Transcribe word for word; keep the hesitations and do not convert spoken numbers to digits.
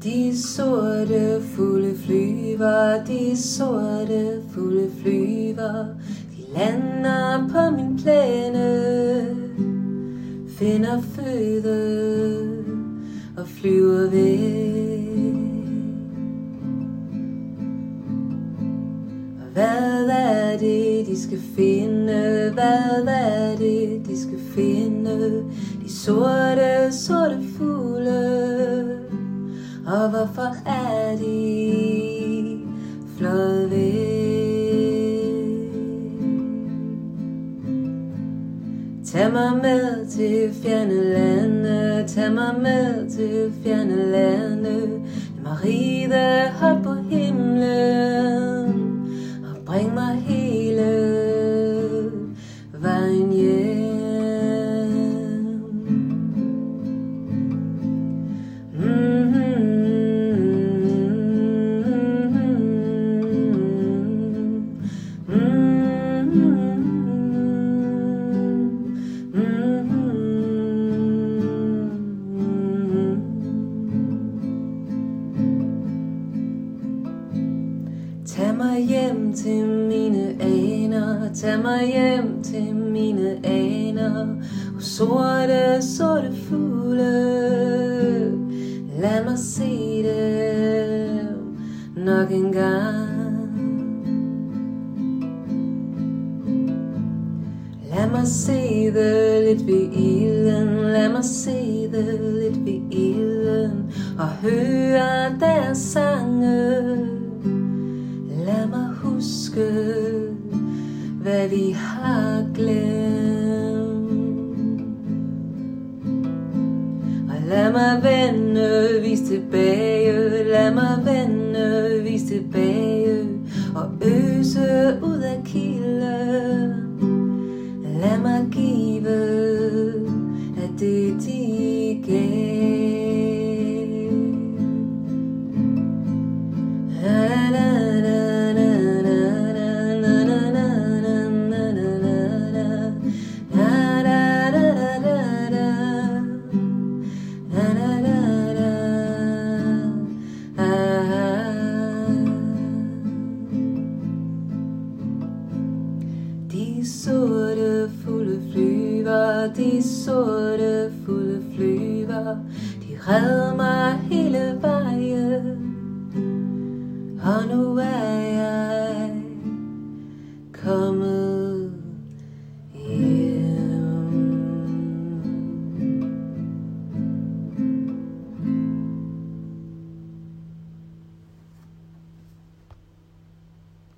De sorte fulde flyver, de sorte fulde flyver, de lander på min plæne, finder føde og flyver væk. Og hvad er det, de skal finde? Hvad er det, de skal finde? De sorte, sorte fugle. Og hvorfor er de fløjet væk? Tag mig med til fjerne lande, tag mig med til fjerne lande. Lad mig ride højt på himlen og bring mig hele vejen hjem. Tag mig hjem til mine aner, tag mig hjem til mine aner, og sorte, sorte fugle, lad mig se dem nok en gang. Lad mig se det lidt ved ilden, lad mig se det lidt ved ilden, og høre deres sange. Lad mig huske, hvad vi har glemt. Og lad mig vende, vis tilbage, lad mig vende, vis tilbage, og øse ud af kilden. Lad mig give af det, de gav. De sorte fulde flyver, de sorte fulde flyver, de redder mig hele vejen, og nu er jeg kommet